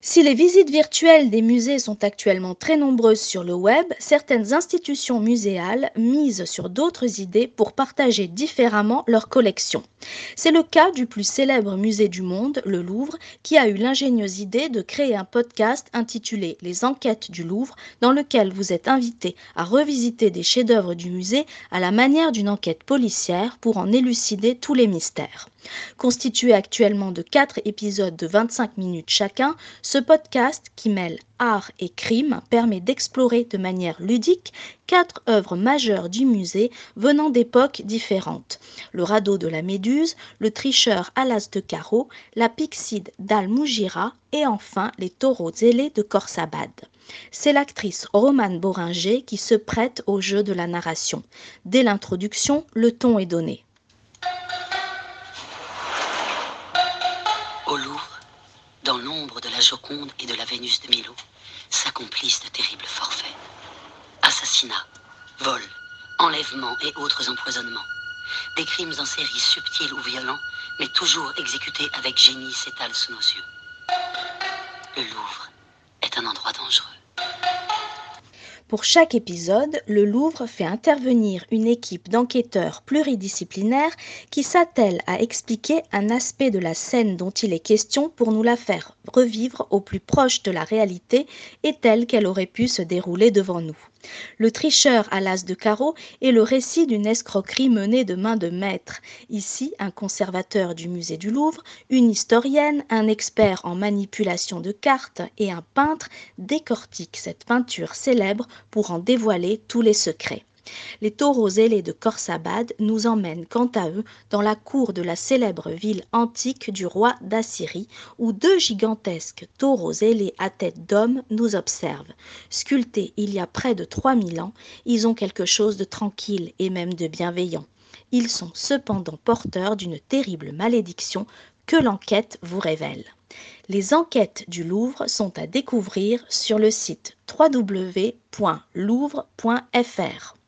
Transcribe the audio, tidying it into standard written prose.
Si les visites virtuelles des musées sont actuellement très nombreuses sur le web, certaines institutions muséales misent sur d'autres idées pour partager différemment leurs collections. C'est le cas du plus célèbre musée du monde, le Louvre, qui a eu l'ingénieuse idée de créer un podcast intitulé Les Enquêtes du Louvre, dans lequel vous êtes invité à revisiter des chefs-d'œuvre du musée à la manière d'une enquête policière pour en élucider tous les mystères. Constitué actuellement de 4 épisodes de 25 minutes chacun, ce podcast qui mêle art et crime permet d'explorer de manière ludique 4 œuvres majeures du musée venant d'époques différentes. Le radeau de la Méduse, le tricheur à l'as de carreau, la pyxide d'Al-Moujira et enfin les taureaux ailés de Khorsabad. C'est l'actrice Romane Boringer qui se prête au jeu de la narration. Dès l'introduction, le ton est donné. Au Louvre, dans l'ombre de la Joconde et de la Vénus de Milo, s'accomplissent de terribles forfaits. Assassinats, vols, enlèvements et autres empoisonnements. Des crimes en série subtils ou violents, mais toujours exécutés avec génie s'étalent sous nos yeux. Le Louvre est un endroit dangereux. Pour chaque épisode, le Louvre fait intervenir une équipe d'enquêteurs pluridisciplinaires qui s'attellent à expliquer un aspect de la scène dont il est question pour nous la faire revivre au plus proche de la réalité et telle qu'elle aurait pu se dérouler devant nous. Le tricheur à l'as de carreau est le récit d'une escroquerie menée de main de maître. Ici, un conservateur du musée du Louvre, une historienne, un expert en manipulation de cartes et un peintre décortiquent cette peinture célèbre pour en dévoiler tous les secrets. Les taureaux ailés de Khorsabad nous emmènent quant à eux dans la cour de la célèbre ville antique du roi d'Assyrie, où 2 gigantesques taureaux ailés à tête d'homme nous observent. Sculptés il y a près de 3000 ans, ils ont quelque chose de tranquille et même de bienveillant. Ils sont cependant porteurs d'une terrible malédiction que l'enquête vous révèle. Les enquêtes du Louvre sont à découvrir sur le site www.louvre.fr.